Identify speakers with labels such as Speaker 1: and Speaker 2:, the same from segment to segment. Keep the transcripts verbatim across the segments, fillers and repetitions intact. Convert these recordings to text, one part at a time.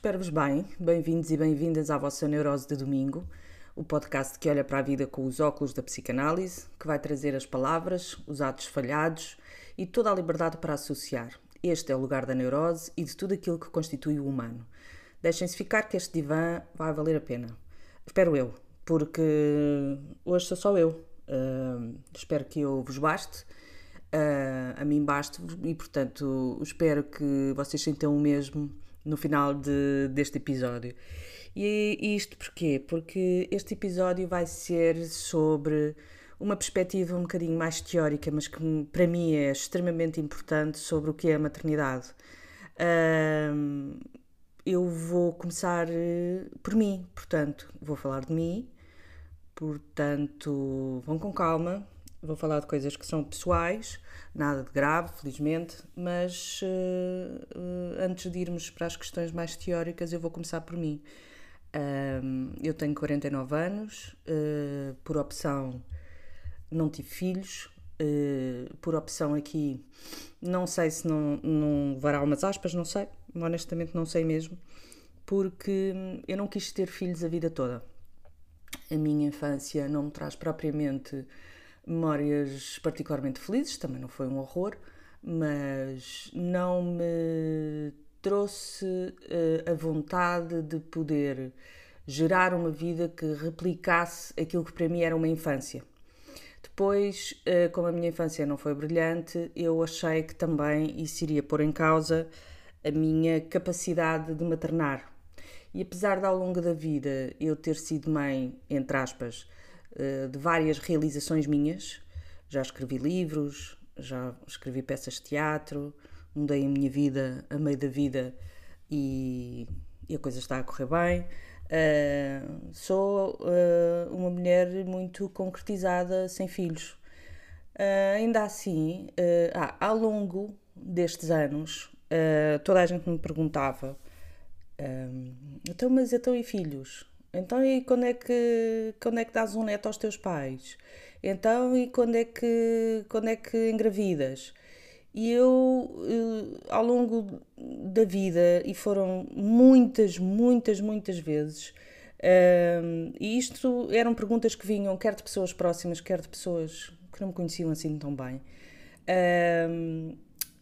Speaker 1: Espero-vos bem, bem-vindos e bem-vindas à vossa Neurose de Domingo, o podcast que olha para a vida com os óculos da psicanálise, que vai trazer as palavras, os atos falhados e toda a liberdade para associar. Este é o lugar da neurose e de tudo aquilo que constitui o humano. Deixem-se ficar que este divã vai valer a pena. Espero eu, porque hoje sou só eu. Uh, espero que eu vos baste, uh, a mim baste e, portanto, espero que vocês sintam o mesmo no final de, deste episódio. E, e isto porquê? Porque este episódio vai ser sobre uma perspectiva um bocadinho mais teórica, mas que para mim é extremamente importante, sobre o que é a maternidade. Uh, eu vou começar por mim, portanto, vou falar de mim, portanto, vão com calma. Vou falar de coisas que são pessoais, nada de grave, felizmente, mas uh, uh, antes de irmos para as questões mais teóricas, eu vou começar por mim. Uh, eu tenho quarenta e nove anos, uh, por opção não tive filhos, uh, por opção aqui, não sei se não, não levará umas aspas, não sei, honestamente não sei mesmo, porque eu não quis ter filhos a vida toda. A minha infância não me traz propriamente memórias particularmente felizes, também não foi um horror, mas não me trouxe uh, a vontade de poder gerar uma vida que replicasse aquilo que para mim era uma infância. Depois, uh, como a minha infância não foi brilhante, eu achei que também isso iria pôr em causa a minha capacidade de maternar. E apesar de ao longo da vida eu ter sido mãe, entre aspas, de várias realizações minhas, já escrevi livros, já escrevi peças de teatro, mudei a minha vida a meio da vida e, e a coisa está a correr bem. Uh, sou uh, uma mulher muito concretizada, sem filhos. Uh, ainda assim, uh, ah, ao longo destes anos, uh, toda a gente me perguntava uh, então, mas então e filhos? Então, e quando é que, quando é que dás um neto aos teus pais? Então, e quando é que, quando é que engravidas? E eu, ao longo da vida, e foram muitas, muitas, muitas vezes, um, e isto eram perguntas que vinham quer de pessoas próximas, quer de pessoas que não me conheciam assim tão bem, um,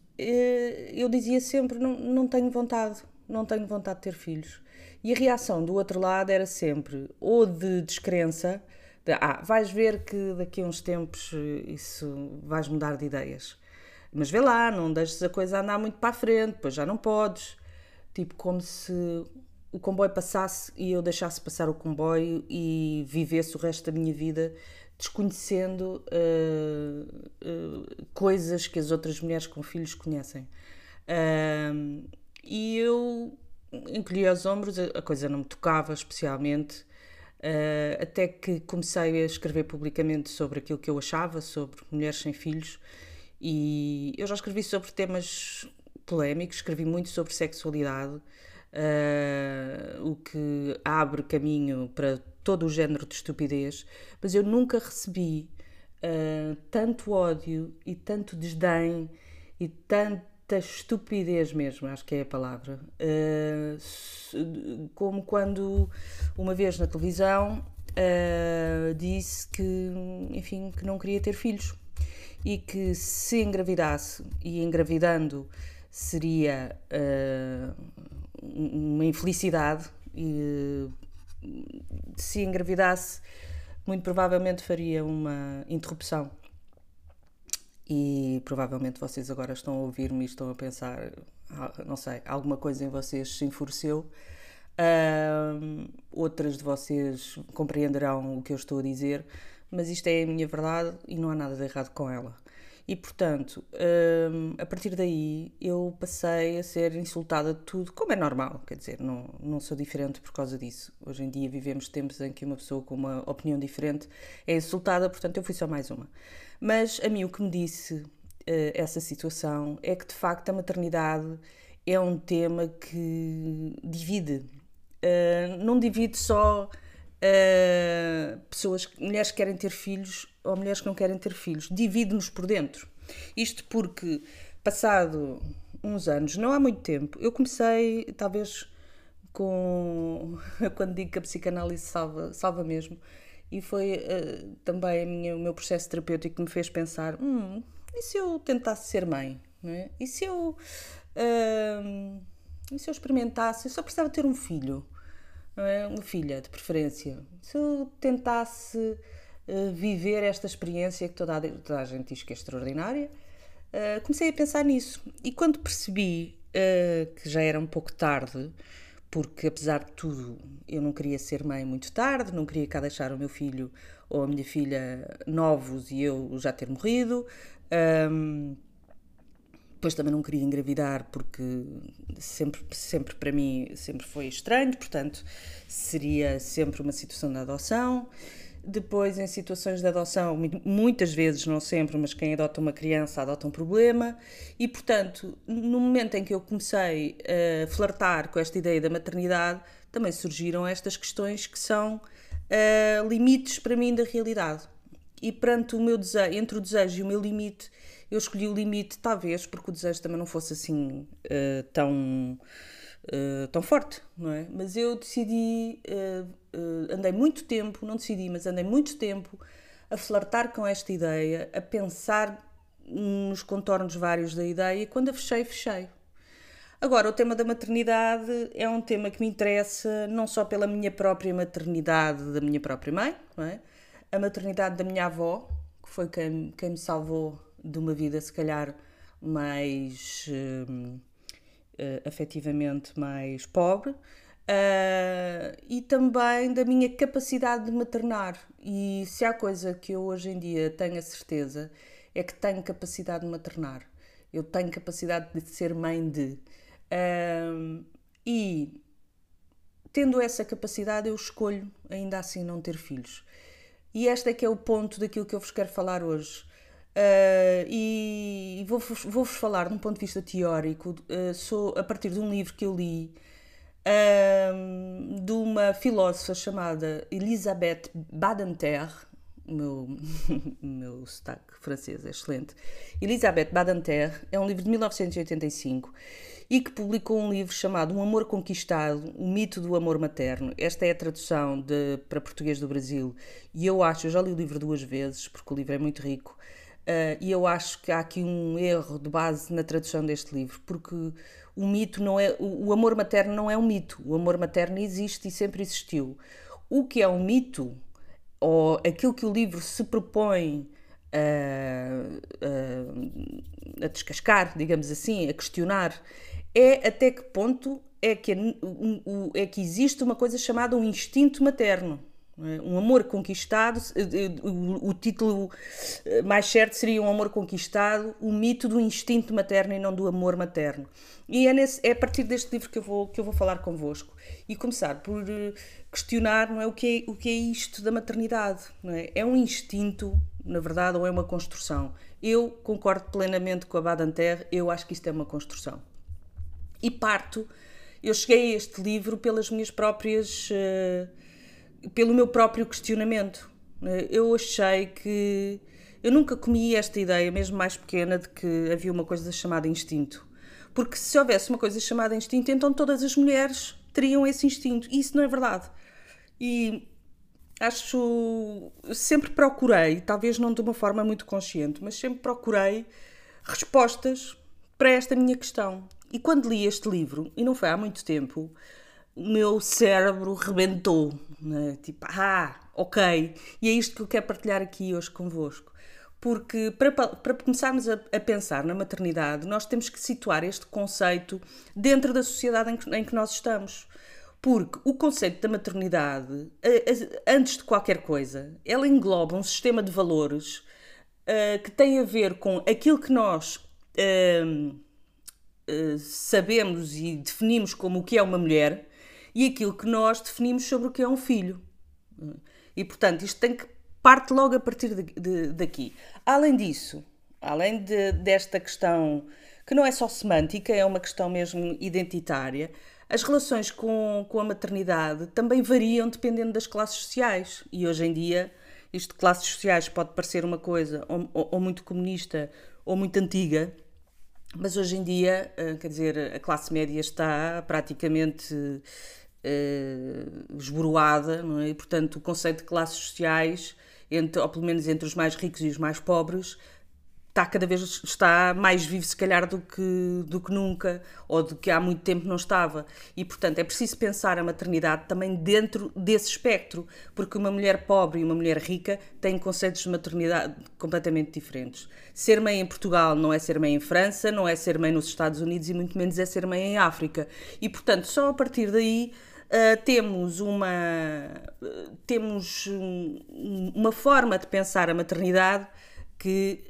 Speaker 1: eu dizia sempre, não, não tenho vontade, não tenho vontade de ter filhos. E a reação do outro lado era sempre ou de descrença, de, ah, vais ver que daqui a uns tempos isso vais mudar de ideias. Mas vê lá, não deixes a coisa andar muito para a frente, depois já não podes. Tipo, como se o comboio passasse e eu deixasse passar o comboio e vivesse o resto da minha vida desconhecendo uh, uh, coisas que as outras mulheres com filhos conhecem. Uh, e eu encolhi os ombros, a coisa não me tocava especialmente, uh, até que comecei a escrever publicamente sobre aquilo que eu achava sobre mulheres sem filhos, e eu já escrevi sobre temas polémicos, escrevi muito sobre sexualidade, uh, o que abre caminho para todo o género de estupidez, mas eu nunca recebi uh, tanto ódio e tanto desdém e tanto estupidez mesmo, acho que é a palavra, uh, como quando uma vez na televisão uh, disse que, enfim, que não queria ter filhos e que se engravidasse, e engravidando seria uh, uma infelicidade, e se engravidasse muito provavelmente faria uma interrupção. E provavelmente vocês agora estão a ouvir-me e estão a pensar, não sei, alguma coisa em vocês se enfureceu. Uh, outras de vocês compreenderão o que eu estou a dizer, mas isto é a minha verdade e não há nada de errado com ela. E, portanto, uh, a partir daí eu passei a ser insultada de tudo, como é normal, quer dizer, não, não sou diferente por causa disso. Hoje em dia vivemos tempos em que uma pessoa com uma opinião diferente é insultada, portanto eu fui só mais uma. Mas a mim o que me disse uh, essa situação é que, de facto, a maternidade é um tema que divide. Uh, não divide só uh, pessoas, mulheres que querem ter filhos ou mulheres que não querem ter filhos, divide-nos por dentro. Isto porque, passado uns anos, não há muito tempo, eu comecei, talvez com quando digo que a psicanálise salva, salva mesmo. E foi uh, também a minha, o meu processo terapêutico que me fez pensar, hum, e se eu tentasse ser mãe? Não é? E se eu, uh, e se eu experimentasse, eu só precisava ter um filho, não é? Uma filha, de preferência. Se eu tentasse uh, viver esta experiência que toda a, toda a gente diz que é extraordinária, uh, comecei a pensar nisso. E quando percebi uh, que já era um pouco tarde, porque apesar de tudo eu não queria ser mãe muito tarde, não queria cá deixar o meu filho ou a minha filha novos e eu já ter morrido, um, depois também não queria engravidar porque sempre, sempre para mim sempre foi estranho, portanto seria sempre uma situação de adoção. Depois, em situações de adoção, muitas vezes, não sempre, mas quem adota uma criança adota um problema. E, portanto, no momento em que eu comecei a flertar com esta ideia da maternidade, também surgiram estas questões que são uh, limites para mim da realidade. E perante o meu desejo, entre o desejo e o meu limite, eu escolhi o limite, talvez, porque o desejo também não fosse assim uh, tão... Uh, tão forte, não é? Mas eu decidi, uh, uh, andei muito tempo, não decidi, mas andei muito tempo a flertar com esta ideia, a pensar nos contornos vários da ideia e quando a fechei, fechei. Agora, o tema da maternidade é um tema que me interessa não só pela minha própria maternidade da minha própria mãe, não é? A maternidade da minha avó, que foi quem, quem me salvou de uma vida, se calhar, mais... Uh, Uh, afetivamente mais pobre, uh, e também da minha capacidade de maternar. E se há coisa que eu hoje em dia tenho a certeza é que tenho capacidade de maternar. Eu tenho capacidade de ser mãe de. Uh, e tendo essa capacidade eu escolho ainda assim não ter filhos. E este é que é o ponto daquilo que eu vos quero falar hoje. Uh, e vou-vos, vou-vos falar de um ponto de vista teórico, uh, sou, a partir de um livro que eu li uh, de uma filósofa chamada Elisabeth Badinter. O meu, meu sotaque francês é excelente. Elisabeth Badinter é um livro de mil novecentos e oitenta e cinco e que publicou um livro chamado Um Amor Conquistado, o Mito do Amor Materno. Esta é a tradução de, para português do Brasil e eu acho, eu já li o livro duas vezes porque o livro é muito rico. Uh, e eu acho que há aqui um erro de base na tradução deste livro, porque o mito não é, o, o amor materno não é um mito, o amor materno existe e sempre existiu. O que é um mito, ou aquilo que o livro se propõe a, a, a descascar, digamos assim, a questionar, é até que ponto é que, é que existe uma coisa chamada um instinto materno. Um amor conquistado, o título mais certo seria Um Amor Conquistado, o mito do instinto materno e não do amor materno. E é, nesse, é a partir deste livro que eu vou, que eu vou falar convosco e começar por questionar, não é, o, que é, o que é isto da maternidade. Não é? É um instinto, na verdade, ou é uma construção? Eu concordo plenamente com a Badinter, eu acho que isto é uma construção. E parto, eu cheguei a este livro pelas minhas próprias... Uh, pelo meu próprio questionamento. Eu achei que... Eu nunca comi esta ideia, mesmo mais pequena, de que havia uma coisa chamada instinto. Porque se houvesse uma coisa chamada instinto, então todas as mulheres teriam esse instinto. E isso não é verdade. E acho... Sempre procurei, talvez não de uma forma muito consciente, mas sempre procurei respostas para esta minha questão. E quando li este livro, e não foi há muito tempo... o meu cérebro rebentou, né? Tipo, ah, ok, e é isto que eu quero partilhar aqui hoje convosco. Porque para, para começarmos a, a pensar na maternidade, nós temos que situar este conceito dentro da sociedade em que, em que nós estamos. Porque o conceito da maternidade, antes de qualquer coisa, ela engloba um sistema de valores uh, que tem a ver com aquilo que nós... Uh, uh, sabemos e definimos como o que é uma mulher e aquilo que nós definimos sobre o que é um filho. E, portanto, isto tem que parte logo a partir de, de, daqui. Além disso, além de, desta questão, que não é só semântica, é uma questão mesmo identitária, as relações com, com a maternidade também variam dependendo das classes sociais. E hoje em dia, isto de classes sociais pode parecer uma coisa ou, ou, ou muito comunista ou muito antiga, mas hoje em dia, quer dizer, a classe média está praticamente uh, esboroada, não é? E, portanto, o conceito de classes sociais, entre, ou pelo menos entre os mais ricos e os mais pobres, está cada vez está mais vivo, se calhar, do que, do que nunca, ou do que há muito tempo não estava. E, portanto, é preciso pensar a maternidade também dentro desse espectro, porque uma mulher pobre e uma mulher rica têm conceitos de maternidade completamente diferentes. Ser mãe em Portugal não é ser mãe em França, não é ser mãe nos Estados Unidos e muito menos é ser mãe em África. E, portanto, só a partir daí uh, temos, uma, uh, temos um, uma forma de pensar a maternidade que,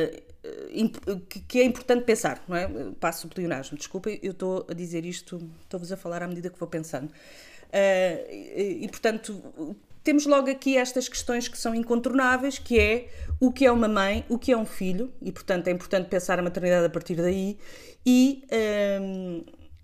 Speaker 1: uh, que é importante pensar, não é? Passo o pleonasmo, desculpem, eu estou a dizer isto, estou-vos a falar à medida que vou pensando. Uh, e, e, portanto, temos logo aqui estas questões que são incontornáveis, que é o que é uma mãe, o que é um filho, e, portanto, é importante pensar a maternidade a partir daí, e um,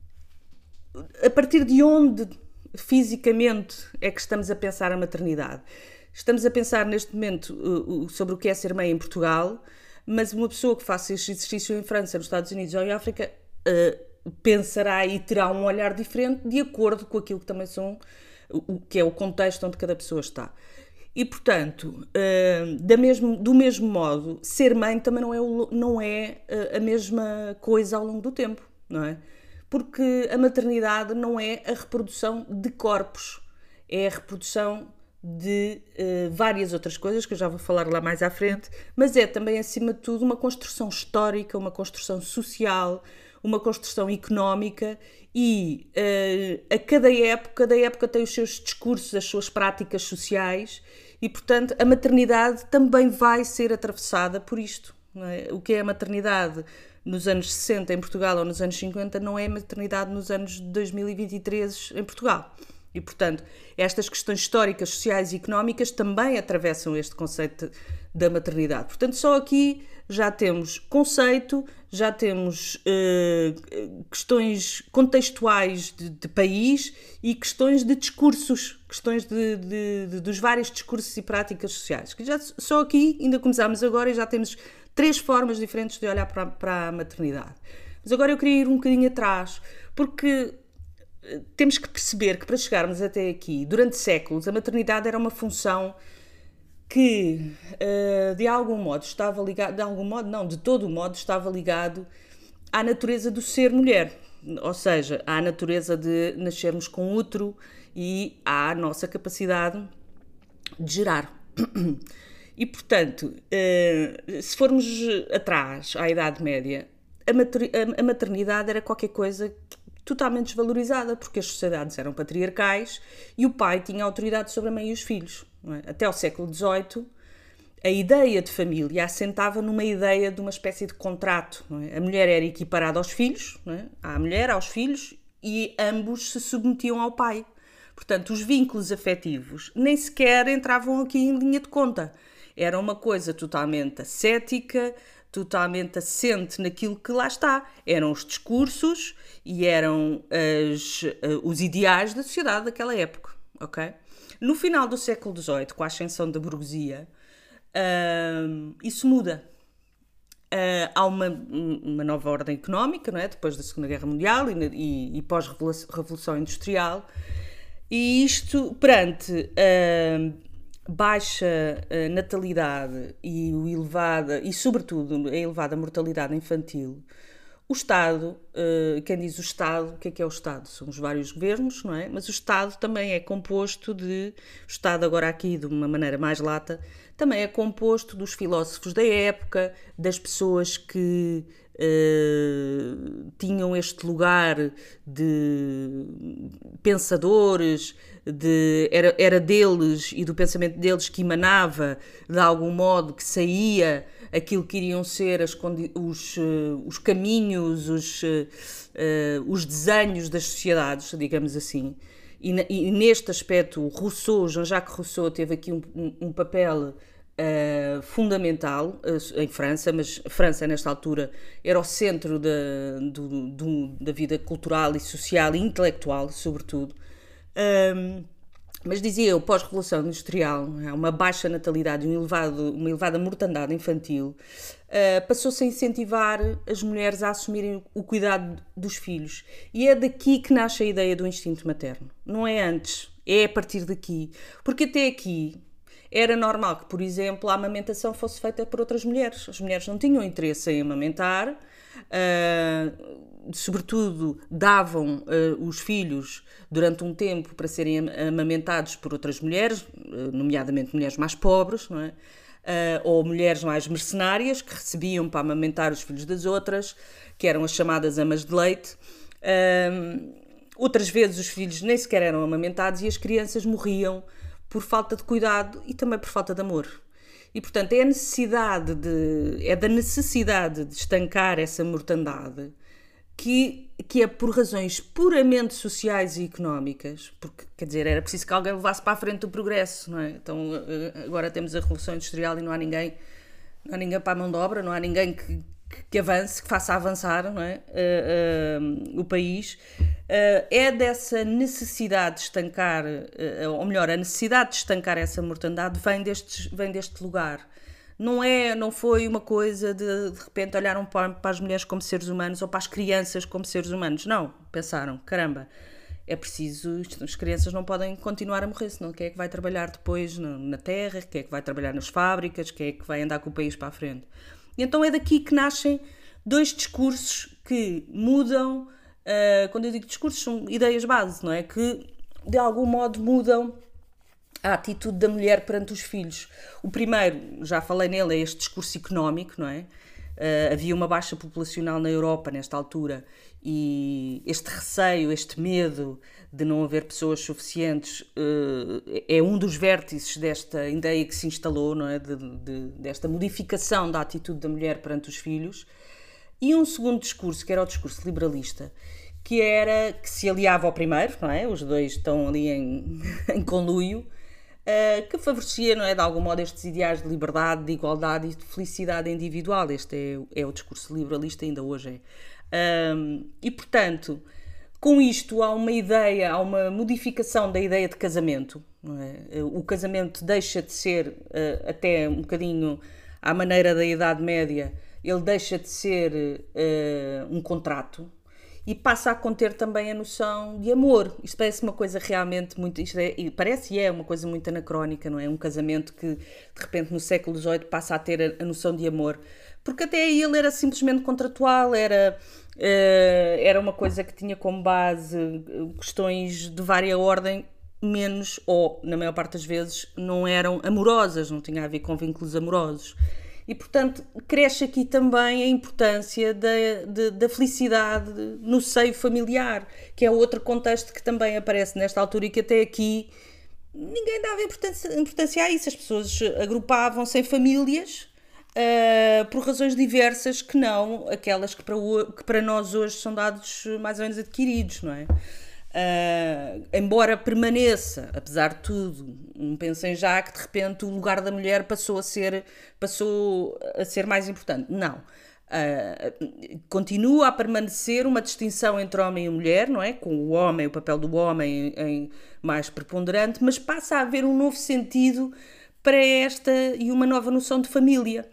Speaker 1: a partir de onde, fisicamente, é que estamos a pensar a maternidade. Estamos a pensar neste momento uh, uh, sobre o que é ser mãe em Portugal, mas uma pessoa que faça este exercício em França, nos Estados Unidos ou em África uh, pensará e terá um olhar diferente de acordo com aquilo que também são, o que é o contexto onde cada pessoa está. E, portanto, uh, da mesmo, do mesmo modo, ser mãe também não é, o, não é uh, a mesma coisa ao longo do tempo, não é? Porque a maternidade não é a reprodução de corpos, é a reprodução de uh, várias outras coisas, que eu já vou falar lá mais à frente, mas é também, acima de tudo, uma construção histórica, uma construção social, uma construção económica e uh, a cada época, cada época tem os seus discursos, as suas práticas sociais e, portanto, a maternidade também vai ser atravessada por isto, não é? O que é a maternidade nos anos sessenta em Portugal ou nos anos cinquenta não é a maternidade nos anos dois mil e vinte e três em Portugal. E, portanto, estas questões históricas, sociais e económicas também atravessam este conceito da maternidade. Portanto, só aqui já temos conceito, já temos uh, questões contextuais de, de país e questões de discursos, questões de, de, de, dos vários discursos e práticas sociais. Que já, só aqui, ainda começámos agora e já temos três formas diferentes de olhar para, para a maternidade. Mas agora eu queria ir um bocadinho atrás, porque temos que perceber que para chegarmos até aqui, durante séculos, a maternidade era uma função que, de algum modo, estava ligado, de algum modo, não, de todo o modo, estava ligado à natureza do ser mulher, ou seja, à natureza de nascermos com útero e à nossa capacidade de gerar. E, portanto, se formos atrás, à Idade Média, a maternidade era qualquer coisa totalmente desvalorizada, porque as sociedades eram patriarcais e o pai tinha autoridade sobre a mãe e os filhos. Não é? Até ao século dezoito, a ideia de família assentava numa ideia de uma espécie de contrato. Não é? A mulher era equiparada aos filhos, não é? À mulher, aos filhos, e ambos se submetiam ao pai. Portanto, os vínculos afetivos nem sequer entravam aqui em linha de conta. Era uma coisa totalmente ascética, totalmente assente naquilo que lá está. Eram os discursos e eram as, os ideais da sociedade daquela época, ok? No final do século dezoito, com a ascensão da burguesia, uh, isso muda. Uh, há uma, uma nova ordem económica, não é? Depois da Segunda Guerra Mundial e, e, e pós-Revolução Industrial, e isto, perante uh, baixa uh, natalidade e, o elevada, e, sobretudo, a elevada mortalidade infantil, o Estado, uh, quem diz o Estado, o que é que é o Estado? São os vários governos, não é? Mas o Estado também é composto de, o Estado agora aqui de uma maneira mais lata, também é composto dos filósofos da época, das pessoas que uh, tinham este lugar de pensadores, de, era, era deles e do pensamento deles que emanava, de algum modo, que saía aquilo que iriam ser as, os, uh, os caminhos, os, uh, uh, os desenhos das sociedades, digamos assim. E, e neste aspecto, Rousseau, Jean-Jacques Rousseau, teve aqui um, um, um papel uh, fundamental uh, em França, mas França, nesta altura, era o centro da, do, do, da vida cultural e social e intelectual, sobretudo. Um, Mas dizia eu, pós-revolução industrial, há uma baixa natalidade e um elevado, uma elevada mortandade infantil, uh, passou-se a incentivar as mulheres a assumirem o cuidado dos filhos. E é daqui que nasce a ideia do instinto materno. Não é antes, é a partir daqui. Porque até aqui era normal que, por exemplo, a amamentação fosse feita por outras mulheres. As mulheres não tinham interesse em amamentar, uh, sobretudo davam uh, os filhos durante um tempo para serem amamentados por outras mulheres, nomeadamente mulheres mais pobres, não é? Uh, ou mulheres mais mercenárias que recebiam para amamentar os filhos das outras, que eram as chamadas amas de leite. Uh, outras vezes os filhos nem sequer eram amamentados e as crianças morriam por falta de cuidado e também por falta de amor. E, portanto, é, a necessidade de, é da necessidade de estancar essa mortandade que, que é por razões puramente sociais e económicas, porque, quer dizer, era preciso que alguém levasse para a frente o progresso, não é? Então, agora temos a Revolução Industrial e não há ninguém, não há ninguém para a mão de obra, não há ninguém que, que, que avance, que faça avançar, não é? Uh, uh, o país. Uh, é dessa necessidade de estancar, uh, ou melhor, a necessidade de estancar essa mortandade vem, destes, vem deste lugar. Não, é, não foi uma coisa de, de repente, olharam para, para as mulheres como seres humanos ou para as crianças como seres humanos. Não, pensaram, caramba, é preciso, as crianças não podem continuar a morrer, senão quem é que vai trabalhar depois na, na terra, quem é que vai trabalhar nas fábricas, quem é que vai andar com o país para a frente. E então é daqui que nascem dois discursos que mudam, uh, quando eu digo discursos são ideias base, não é? Que de algum modo mudam a atitude da mulher perante os filhos. O primeiro, já falei nele, é este discurso económico, não é? Uh, havia uma baixa populacional na Europa nesta altura e este receio, este medo de não haver pessoas suficientes uh, é um dos vértices desta ideia que se instalou, não é? De, de, desta modificação da atitude da mulher perante os filhos. E um segundo discurso, que era o discurso liberalista, que era, que se aliava ao primeiro, não é? Os dois estão ali em, em conluio, Uh, que favorecia, não é, de algum modo, estes ideais de liberdade, de igualdade e de felicidade individual. Este é, é o discurso liberalista, ainda hoje é. Um, e, portanto, com isto há uma ideia, há uma modificação da ideia de casamento. Não é? O casamento deixa de ser, uh, até um bocadinho à maneira da Idade Média, ele deixa de ser uh, um contrato, e passa a conter também a noção de amor. Isto parece uma coisa realmente muito... Isto é, parece e é uma coisa muito anacrónica, não é? Um casamento que, de repente, no século dezoito passa a ter a, a noção de amor. Porque até aí ele era simplesmente contratual, era, uh, era uma coisa que tinha como base questões de vária ordem, menos, ou, na maior parte das vezes, não eram amorosas, não tinha a ver com vínculos amorosos. E, portanto, cresce aqui também a importância da, de, da felicidade no seio familiar, que é outro contexto que também aparece nesta altura e que até aqui ninguém dava importância, importância a isso. As pessoas agrupavam-se em famílias uh, por razões diversas que não aquelas que para, o, que para nós hoje são dados mais ou menos adquiridos, não é? Uh, embora permaneça, apesar de tudo, não pensem já que de repente o lugar da mulher passou a ser, passou a ser mais importante. Não. Uh, continua a permanecer uma distinção entre homem e mulher, não é? Com o homem, o papel do homem em, em mais preponderante, mas passa a haver um novo sentido para esta e uma nova noção de família.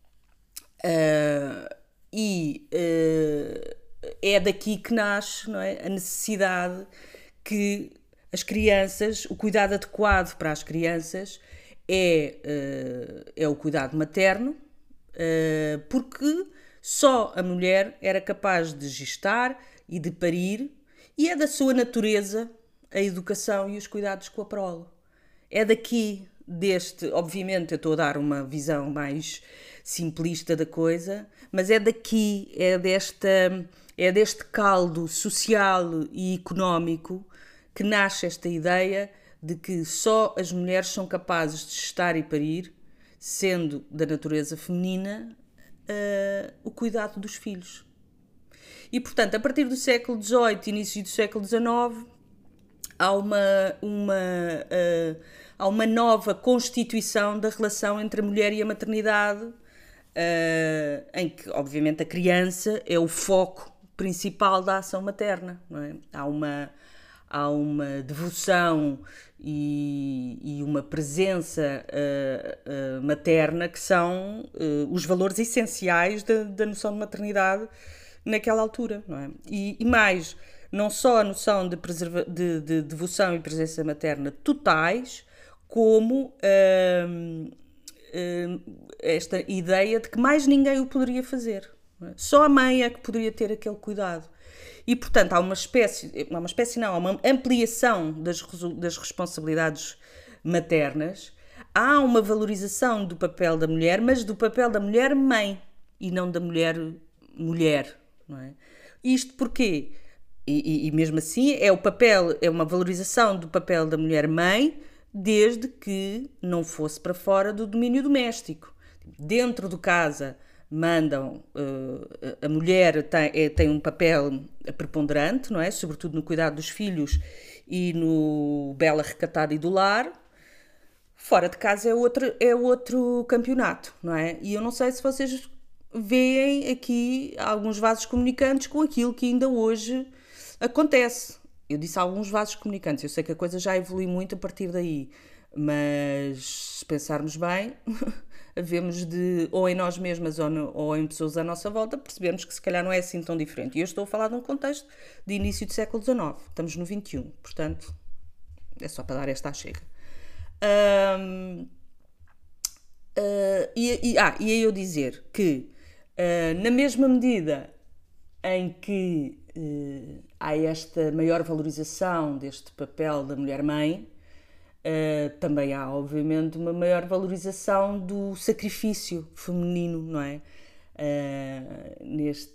Speaker 1: Uh, e... Uh, é daqui que nasce, não é, a necessidade que as crianças, o cuidado adequado para as crianças é, uh, é o cuidado materno, uh, porque só a mulher era capaz de gestar e de parir, e é da sua natureza a educação e os cuidados com a prole. É daqui deste, obviamente eu estou a dar uma visão mais simplista da coisa, mas é daqui, é desta... É deste caldo social e económico que nasce esta ideia de que só as mulheres são capazes de gestar e parir, sendo da natureza feminina, uh, o cuidado dos filhos. E, portanto, a partir do século dezoito, início do século dezanove, há uma, uma, uh, há uma nova constituição da relação entre a mulher e a maternidade, uh, em que, obviamente, a criança é o foco principal da ação materna, não é? Há uma, há uma devoção e, e uma presença uh, uh, materna que são uh, os valores essenciais da, da noção de maternidade naquela altura, não é? E, e mais, não só a noção de, preserva- de, de devoção e presença materna totais, como uh, uh, esta ideia de que mais ninguém o poderia fazer. Não é? Só a mãe é que poderia ter aquele cuidado. E, portanto, há uma espécie, não, uma espécie não, há uma ampliação das, das responsabilidades maternas, há uma valorização do papel da mulher, mas do papel da mulher mãe e não da mulher mulher, não é? Isto porquê? E, e, e mesmo assim é o papel, é uma valorização do papel da mulher mãe, desde que não fosse para fora do domínio doméstico. Dentro de casa mandam, uh, a mulher tem, é, tem um papel preponderante, não é? Sobretudo no cuidado dos filhos e no belo recatado e do lar. Fora de casa é outro, é outro campeonato, não é? E eu não sei se vocês veem aqui alguns vasos comunicantes com aquilo que ainda hoje acontece. Eu disse alguns vasos comunicantes, eu sei que a coisa já evolui muito a partir daí, mas se pensarmos bem, havemos de, ou em nós mesmas ou, no, ou em pessoas à nossa volta, percebermos que se calhar não é assim tão diferente. E eu estou a falar de um contexto de início do século dezenove, estamos no vinte e um, portanto, é só para dar esta chega. Um, uh, e, e, ah, e aí eu dizer que, uh, na mesma medida em que uh, há esta maior valorização deste papel da mulher-mãe, Uh, também há, obviamente, uma maior valorização do sacrifício feminino, não é? Uh,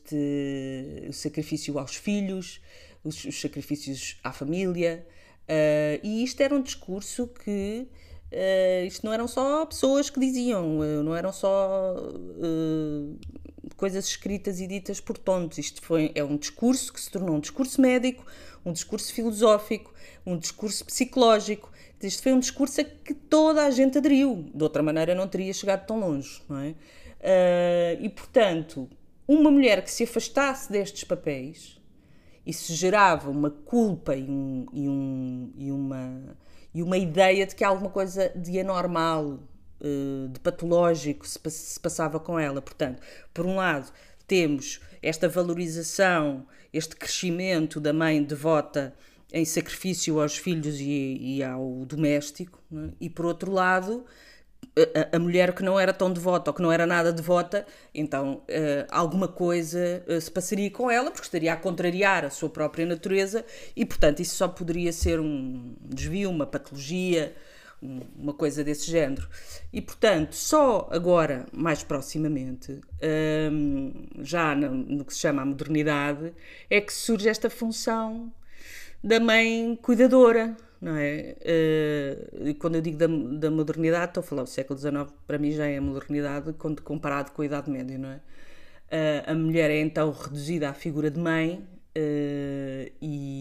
Speaker 1: neste o sacrifício aos filhos, os, os sacrifícios à família, uh, e isto era um discurso que, uh, isto não eram só pessoas que diziam, uh, não eram só uh, coisas escritas e ditas por tontos, isto foi, é um discurso que se tornou um discurso médico, um discurso filosófico, um discurso psicológico. Isto foi um discurso a que toda a gente aderiu. De outra maneira não teria chegado tão longe, não é? Uh, e, portanto, uma mulher que se afastasse destes papéis, isso gerava uma culpa e, um, e, um, e, uma, e uma ideia de que alguma coisa de anormal, uh, de patológico se, se passava com ela. Portanto, por um lado, temos esta valorização, este crescimento da mãe devota em sacrifício aos filhos e, e ao doméstico, não é? E por outro lado, a, a mulher que não era tão devota ou que não era nada devota, então uh, alguma coisa uh, se passaria com ela, porque estaria a contrariar a sua própria natureza e, portanto, isso só poderia ser um desvio, uma patologia, um, uma coisa desse género. E, portanto, só agora, mais proximamente, um, já no, no que se chama a modernidade, é que surge esta função da mãe cuidadora, não é? Uh, quando eu digo da, da modernidade, estou a falar do século dezenove, para mim já é a modernidade quando comparado com a Idade Média, não é? Uh, a mulher é então reduzida à figura de mãe uh,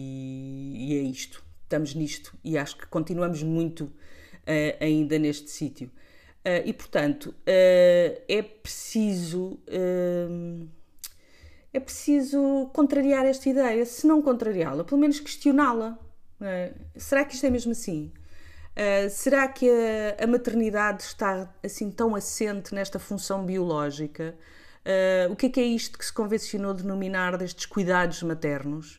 Speaker 1: e, e é isto. Estamos nisto e acho que continuamos muito uh, ainda neste sítio. Uh, e, portanto, uh, é preciso... Uh, É preciso contrariar esta ideia, se não contrariá-la, pelo menos questioná-la. É? Será que isto é mesmo assim? Uh, será que a, a maternidade está assim tão assente nesta função biológica? Uh, o que é que é isto que se convencionou denominar destes cuidados maternos?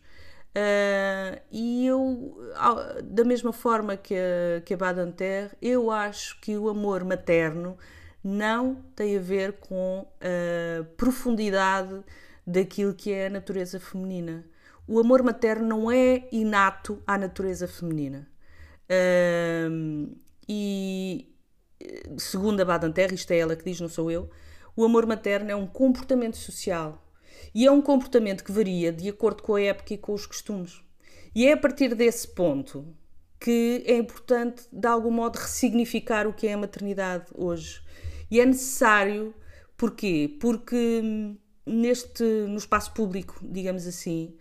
Speaker 1: Uh, e eu, da mesma forma que a, que a Badinter, eu acho que o amor materno não tem a ver com a profundidade daquilo que é a natureza feminina. O amor materno não é inato à natureza feminina. Um, e, segundo a Badinter, isto é ela que diz, não sou eu, o amor materno é um comportamento social. E é um comportamento que varia de acordo com a época e com os costumes. E é a partir desse ponto que é importante, de algum modo, ressignificar o que é a maternidade hoje. E é necessário, porquê? Porque neste, no espaço público, digamos assim,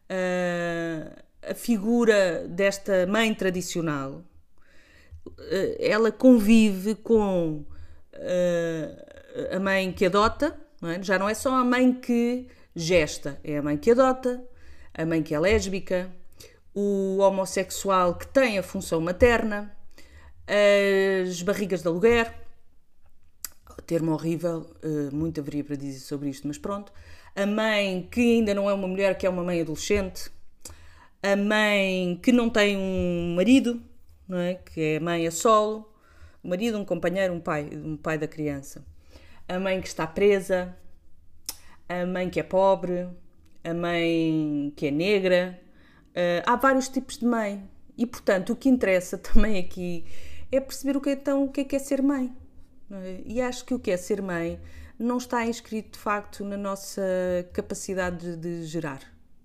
Speaker 1: uh, a figura desta mãe tradicional, uh, ela convive com uh, a mãe que adota, não é? Já não é só a mãe que gesta, é a mãe que adota, a mãe que é lésbica, o homossexual que tem a função materna, as barrigas de aluguer, termo horrível, muito haveria para dizer sobre isto, mas pronto, a mãe que ainda não é uma mulher, que é uma mãe adolescente, a mãe que não tem um marido, não é? Que é mãe a solo, um marido, um companheiro, um pai, um pai da criança, a mãe que está presa, a mãe que é pobre, a mãe que é negra, uh, há vários tipos de mãe e, portanto, o que interessa também aqui é perceber o que, então, o que é que é ser mãe, não é? E acho que o que é ser mãe não está inscrito de facto na nossa capacidade de, de gerar.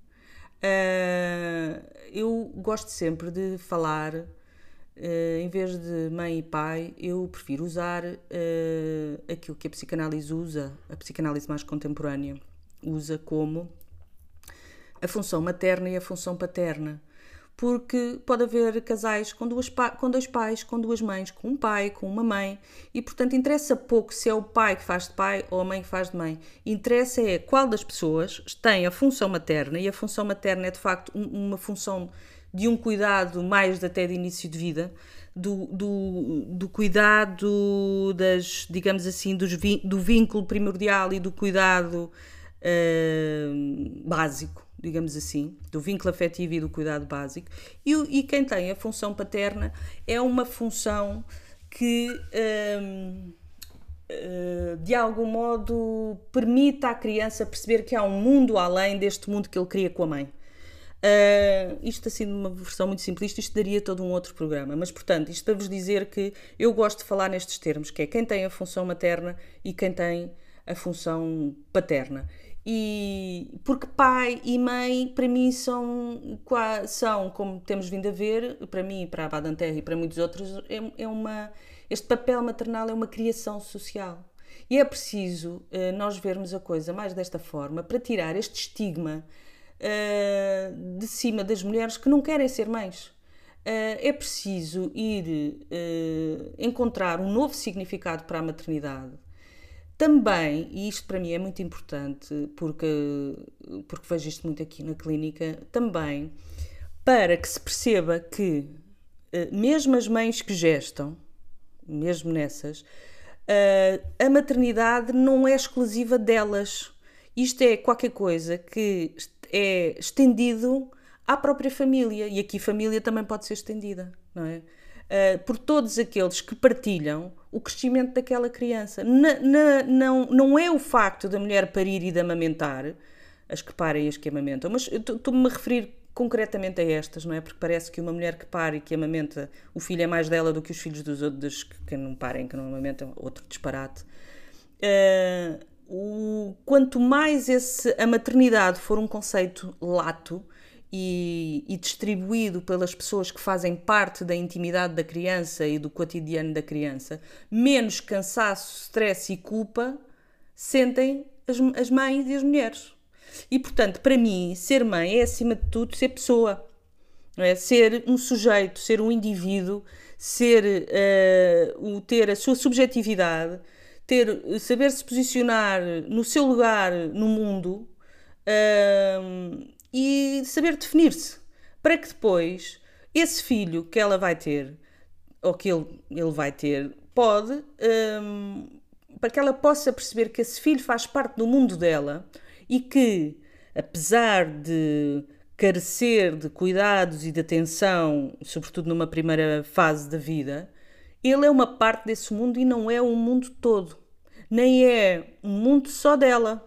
Speaker 1: Uh, eu gosto sempre de falar, uh, em vez de mãe e pai, eu prefiro usar uh, aquilo que a psicanálise usa, a psicanálise mais contemporânea usa como a função materna e a função paterna. Porque pode haver casais com, duas pa- com dois pais, com duas mães, com um pai, com uma mãe, e portanto interessa pouco se é o pai que faz de pai ou a mãe que faz de mãe. Interessa é qual das pessoas tem a função materna, e a função materna é de facto um, uma função de um cuidado mais até de início de vida, do, do, do cuidado das, digamos assim, dos, do vínculo primordial e do cuidado uh, básico, digamos assim, do vínculo afetivo e do cuidado básico, e, e quem tem a função paterna é uma função que hum, de algum modo permite à criança perceber que há um mundo além deste mundo que ele cria com a mãe. Uh, isto assim, numa versão muito simplista, isto daria todo um outro programa, mas portanto, isto para vos dizer que eu gosto de falar nestes termos, que é quem tem a função materna e quem tem a função paterna. E porque pai e mãe para mim são, são, como temos vindo a ver, para mim, para a Badanterra e para muitos outros, é, é uma, este papel maternal é uma criação social. E é preciso uh, nós vermos a coisa mais desta forma para tirar este estigma uh, de cima das mulheres que não querem ser mães. Uh, é preciso ir uh, encontrar um novo significado para a maternidade. Também, e isto para mim é muito importante, porque, porque vejo isto muito aqui na clínica, também para que se perceba que, mesmo as mães que gestam, mesmo nessas, a maternidade não é exclusiva delas. Isto é qualquer coisa que é estendido à própria família, e aqui família também pode ser estendida, não é? Uh, por todos aqueles que partilham o crescimento daquela criança. Na, na, não, não é o facto da mulher parir e de amamentar, as que parem e as que amamentam, mas estou-me a referir concretamente a estas, não é? Porque parece que uma mulher que pare e que amamenta, o filho é mais dela do que os filhos dos outros que, que não parem, que não amamentam, outro disparate. Uh, o, quanto mais esse, a maternidade for um conceito lato, E, e distribuído pelas pessoas que fazem parte da intimidade da criança e do cotidiano da criança, menos cansaço, stress e culpa sentem as, as mães e as mulheres. E, portanto, para mim, ser mãe é, acima de tudo, ser pessoa. Não é? Ser um sujeito, ser um indivíduo, ser, uh, o, ter a sua subjetividade, ter, saber se posicionar no seu lugar no mundo, uh, e saber definir-se, para que depois esse filho que ela vai ter, ou que ele, ele vai ter, pode, um, para que ela possa perceber que esse filho faz parte do mundo dela e que, apesar de carecer de cuidados e de atenção, sobretudo numa primeira fase da vida, ele é uma parte desse mundo e não é um mundo todo, nem é um mundo só dela.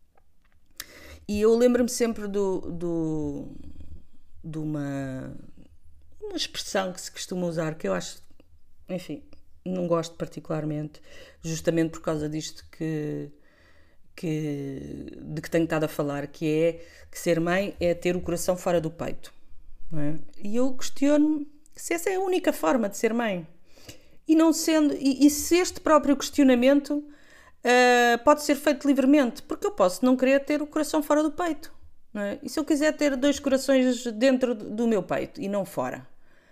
Speaker 1: E eu lembro-me sempre do, do, de uma, uma expressão que se costuma usar, que eu acho, enfim, não gosto particularmente, justamente por causa disto que, que, de que tenho estado a falar, que é que ser mãe é ter o coração fora do peito. Não é? E eu questiono se essa é a única forma de ser mãe. E, não sendo, e, e se este próprio questionamento Uh, pode ser feito livremente, porque eu posso não querer ter o coração fora do peito, não é? E se eu quiser ter dois corações dentro do meu peito e não fora,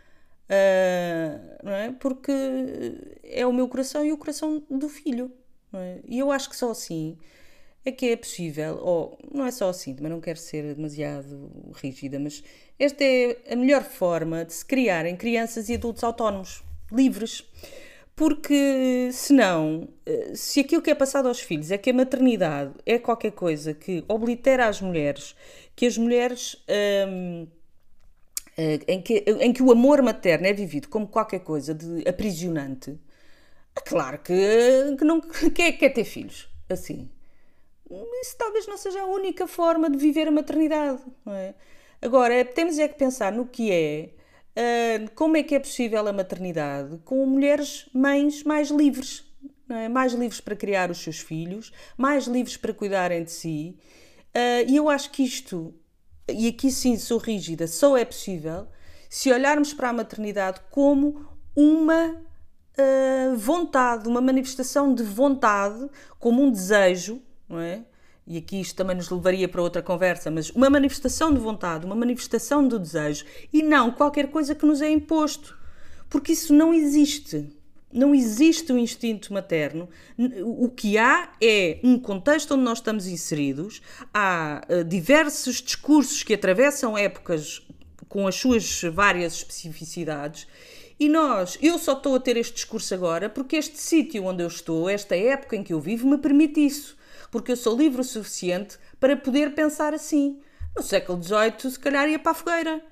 Speaker 1: uh, não é? Porque é o meu coração e o coração do filho, não é? E eu acho que só assim é que é possível, ou não é só assim, também não quero ser demasiado rígida, mas esta é a melhor forma de se criarem crianças e adultos autónomos, livres. Porque, senão, se aquilo que é passado aos filhos é que a maternidade é qualquer coisa que oblitera as mulheres, que as mulheres... Hum, em, que, em que o amor materno é vivido como qualquer coisa de aprisionante, é claro que, que não quem é que quer ter filhos assim. Isso talvez não seja a única forma de viver a maternidade, não é? Agora, temos é que pensar no que é, uh, como é que é possível a maternidade com mulheres mães mais livres, não é? Mais livres para criar os seus filhos, mais livres para cuidarem de si, uh, e eu acho que isto, e aqui sim sou rígida, só é possível se olharmos para a maternidade como uma uh, vontade, uma manifestação de vontade, como um desejo, não é? E aqui isto também nos levaria para outra conversa, mas uma manifestação de vontade, uma manifestação do desejo, e não qualquer coisa que nos é imposto, porque isso não existe. Não existe o instinto materno. O que há é um contexto onde nós estamos inseridos, há uh, diversos discursos que atravessam épocas com as suas várias especificidades, e nós, eu só estou a ter este discurso agora porque este sítio onde eu estou, esta época em que eu vivo, me permite isso. Porque eu sou livre o suficiente para poder pensar assim. No século dezoito, se calhar ia para a fogueira.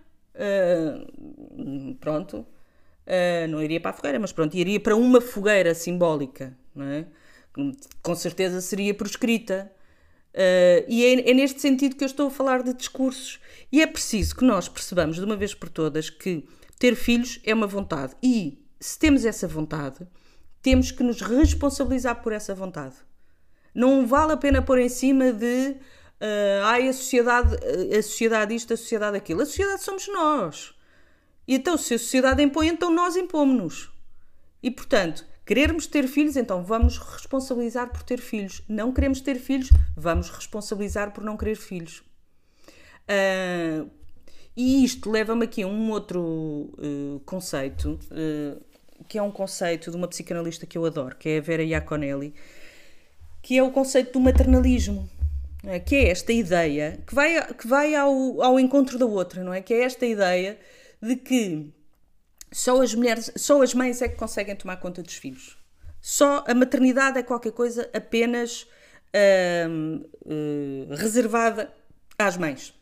Speaker 1: Uh, pronto. Uh, não iria para a fogueira, mas pronto, iria para uma fogueira simbólica, não é? Com certeza seria proscrita. Uh, e é, é neste sentido que eu estou a falar de discursos. E é preciso que nós percebamos de uma vez por todas que ter filhos é uma vontade. E se temos essa vontade, temos que nos responsabilizar por essa vontade. Não vale a pena pôr em cima de uh, ai, a sociedade, a sociedade isto, a sociedade aquilo. A sociedade somos nós. E então, se a sociedade impõe, então nós impomos-nos. E, portanto, querermos ter filhos, então vamos responsabilizar por ter filhos. Não queremos ter filhos, vamos responsabilizar por não querer filhos. Uh, e isto leva-me aqui a um outro uh, conceito, uh, que é um conceito de uma psicanalista que eu adoro, que é a Vera Iaconelli, que é o conceito do maternalismo, não é? Que é esta ideia que vai, que vai ao, ao encontro da outra, não é? Que é esta ideia de que só as mulheres, só as mães é que conseguem tomar conta dos filhos. Só a maternidade é qualquer coisa apenas uh, uh, reservada às mães.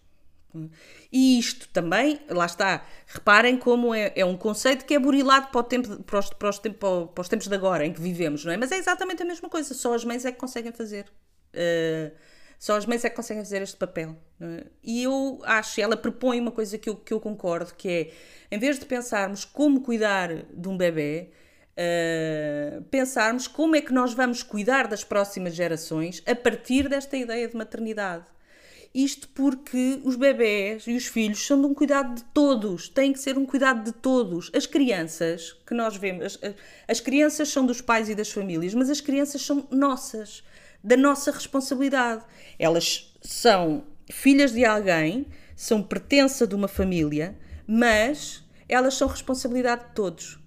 Speaker 1: E isto também, lá está, reparem como é, é um conceito que é burilado para, o tempo, para, os, para, os tempo, para os tempos de agora, em que vivemos, não é? Mas é exatamente a mesma coisa, só as mães é que conseguem fazer. Uh, só as mães é que conseguem fazer este papel. Não é? E eu acho, ela propõe uma coisa que eu, que eu concordo, que é, em vez de pensarmos como cuidar de um bebê, uh, pensarmos como é que nós vamos cuidar das próximas gerações a partir desta ideia de maternidade. Isto porque os bebés e os filhos são de um cuidado de todos, têm que ser um cuidado de todos. As crianças que nós vemos, as, as crianças são dos pais e das famílias, mas as crianças são nossas, da nossa responsabilidade. Elas são filhas de alguém, são pertença de uma família, mas elas são responsabilidade de todos.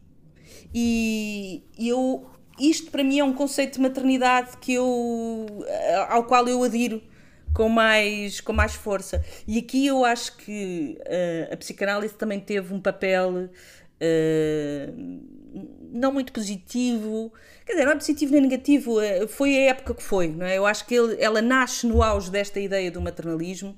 Speaker 1: E eu, isto para mim é um conceito de maternidade que eu, ao qual eu adiro com mais, com mais força. E aqui eu acho que uh, a psicanálise também teve um papel uh, não muito positivo. Quer dizer, não é positivo nem negativo, foi a época que foi, não é? Eu acho que ele, ela nasce no auge desta ideia do maternalismo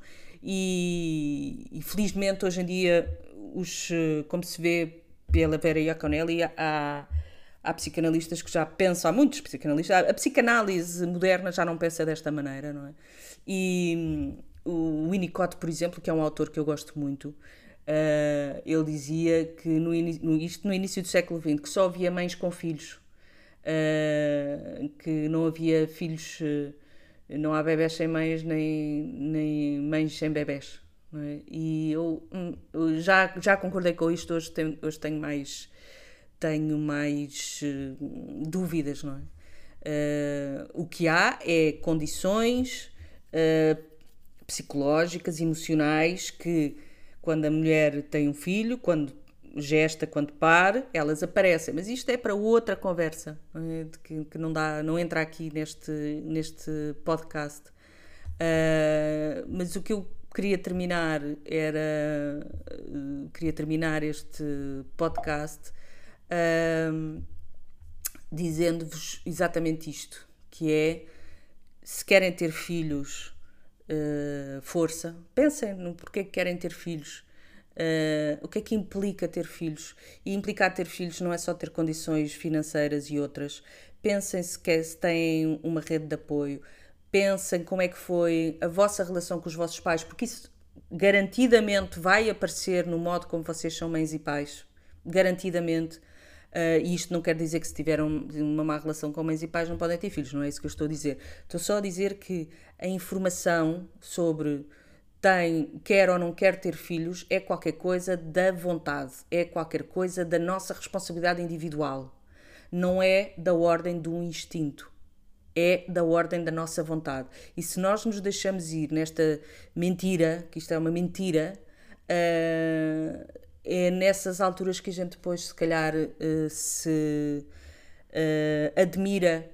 Speaker 1: e, e felizmente hoje em dia, os, como se vê pela Vera Iaconelli, há, há psicanalistas que já pensam, há muitos psicanalistas, a psicanálise moderna já não pensa desta maneira, não é? E o Winnicott, por exemplo, que é um autor que eu gosto muito, uh, ele dizia que no, no, isto no início do século vinte, que só havia mães com filhos, uh, que não havia filhos, uh, não há bebés sem mães, nem, nem mães sem bebés. Não é? E eu, eu já, já concordei com isto, hoje tenho, hoje tenho mais, tenho mais uh, dúvidas, não é? Uh, o que há é condições uh, psicológicas, emocionais, que quando a mulher tem um filho, quando gesta, quando pare, elas aparecem. Mas isto é para outra conversa, não é? De que, que não dá, não entra aqui neste, neste podcast. Uh, mas o que eu queria terminar era uh, queria terminar este podcast uh, dizendo-vos exatamente isto, que é, se querem ter filhos, uh, força, pensem no porquê que querem ter filhos, uh, o que é que implica ter filhos. E implicar ter filhos não é só ter condições financeiras e outras. Pensem se, quer, se têm uma rede de apoio, pensem como é que foi a vossa relação com os vossos pais, porque isso garantidamente vai aparecer no modo como vocês são mães e pais, garantidamente. Uh, e isto não quer dizer que se tiveram uma má relação com mães e pais não podem ter filhos, não é isso que eu estou a dizer. Estou só a dizer que a informação sobre tem, quer ou não quer ter filhos é qualquer coisa da vontade, é qualquer coisa da nossa responsabilidade individual. Não é da ordem do instinto, é da ordem da nossa vontade. E se nós nos deixamos ir nesta mentira, que isto é uma mentira, uh, é nessas alturas que a gente depois, se calhar, uh, se uh, admira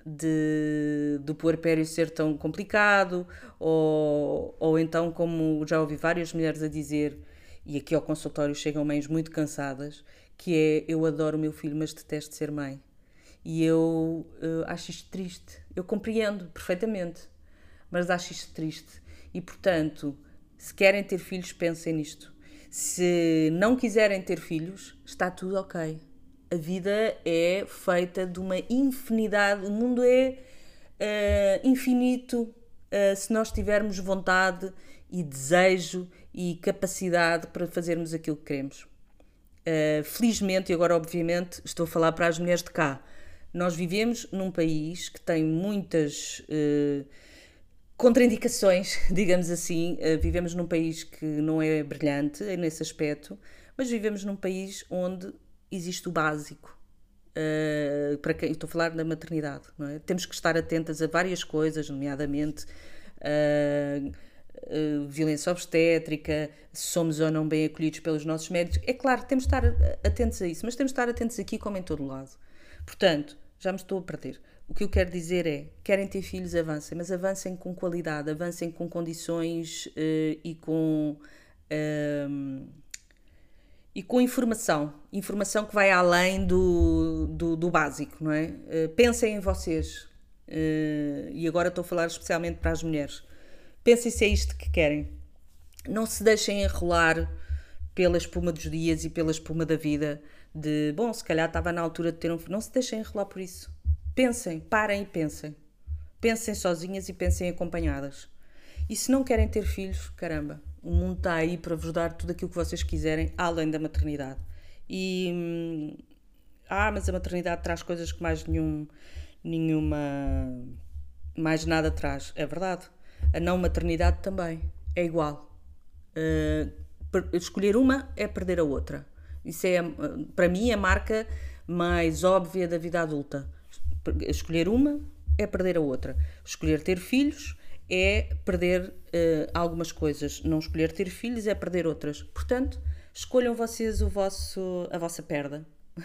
Speaker 1: de, do puerpério ser tão complicado, ou, ou então, como já ouvi várias mulheres a dizer, e aqui ao consultório chegam mães muito cansadas, que é: eu adoro o meu filho, mas detesto ser mãe. E eu uh, acho isto triste. Eu compreendo perfeitamente, mas acho isto triste. E, portanto, se querem ter filhos, pensem nisto. Se não quiserem ter filhos, está tudo ok. A vida é feita de uma infinidade, o mundo é uh, infinito uh, se nós tivermos vontade e desejo e capacidade para fazermos aquilo que queremos. Uh, felizmente, e agora obviamente estou a falar para as mulheres de cá, nós vivemos num país que tem muitas uh, contraindicações, digamos assim. Uh, vivemos num país que não é brilhante nesse aspecto, mas vivemos num país onde existe o básico. Uh, para quem, estou a falar da maternidade, não é? Temos que estar atentas a várias coisas, nomeadamente uh, uh, violência obstétrica, se somos ou não bem acolhidos pelos nossos médicos. É claro, temos de estar atentos a isso, mas temos de estar atentos aqui como em todo lado. Portanto, já me estou a perder. O que eu quero dizer é: querem ter filhos, avancem, mas avancem com qualidade, avancem com condições uh, e com uh, e com informação, informação que vai além do, do, do básico, não é? Uh, pensem em vocês, uh, e agora estou a falar especialmente para as mulheres. Pensem se é isto que querem. Não se deixem enrolar pela espuma dos dias e pela espuma da vida, de, bom, se calhar estava na altura de ter um filho. Não se deixem enrolar por isso. Pensem, parem e pensem. Pensem sozinhas e pensem acompanhadas. E se não querem ter filhos, caramba, o mundo está aí para vos dar tudo aquilo que vocês quiserem, além da maternidade. E, hum, ah, mas a maternidade traz coisas que mais nenhum, nenhuma, mais nada traz. É verdade. A não maternidade também é igual. Uh, escolher uma é perder a outra. Isso é, para mim, a marca mais óbvia da vida adulta. Escolher uma é perder a outra. Escolher ter filhos é perder uh, algumas coisas. Não escolher ter filhos é perder outras. Portanto, escolham vocês o vosso, a vossa perda.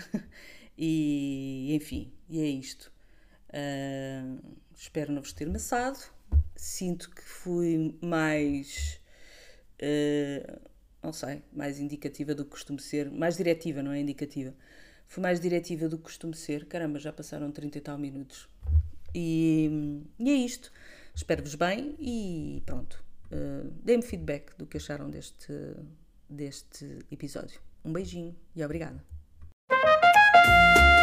Speaker 1: e, enfim, e é isto. Uh, espero não vos ter maçado. Sinto que fui mais... Uh, não sei, mais indicativa do que costumo ser. Mais diretiva, não é indicativa. Fui mais diretiva do que costumo ser. Caramba, já passaram trinta e tal minutos. E, e é isto. Espero-vos bem e pronto. Uh, deem-me feedback do que acharam deste, deste episódio. Um beijinho e obrigada.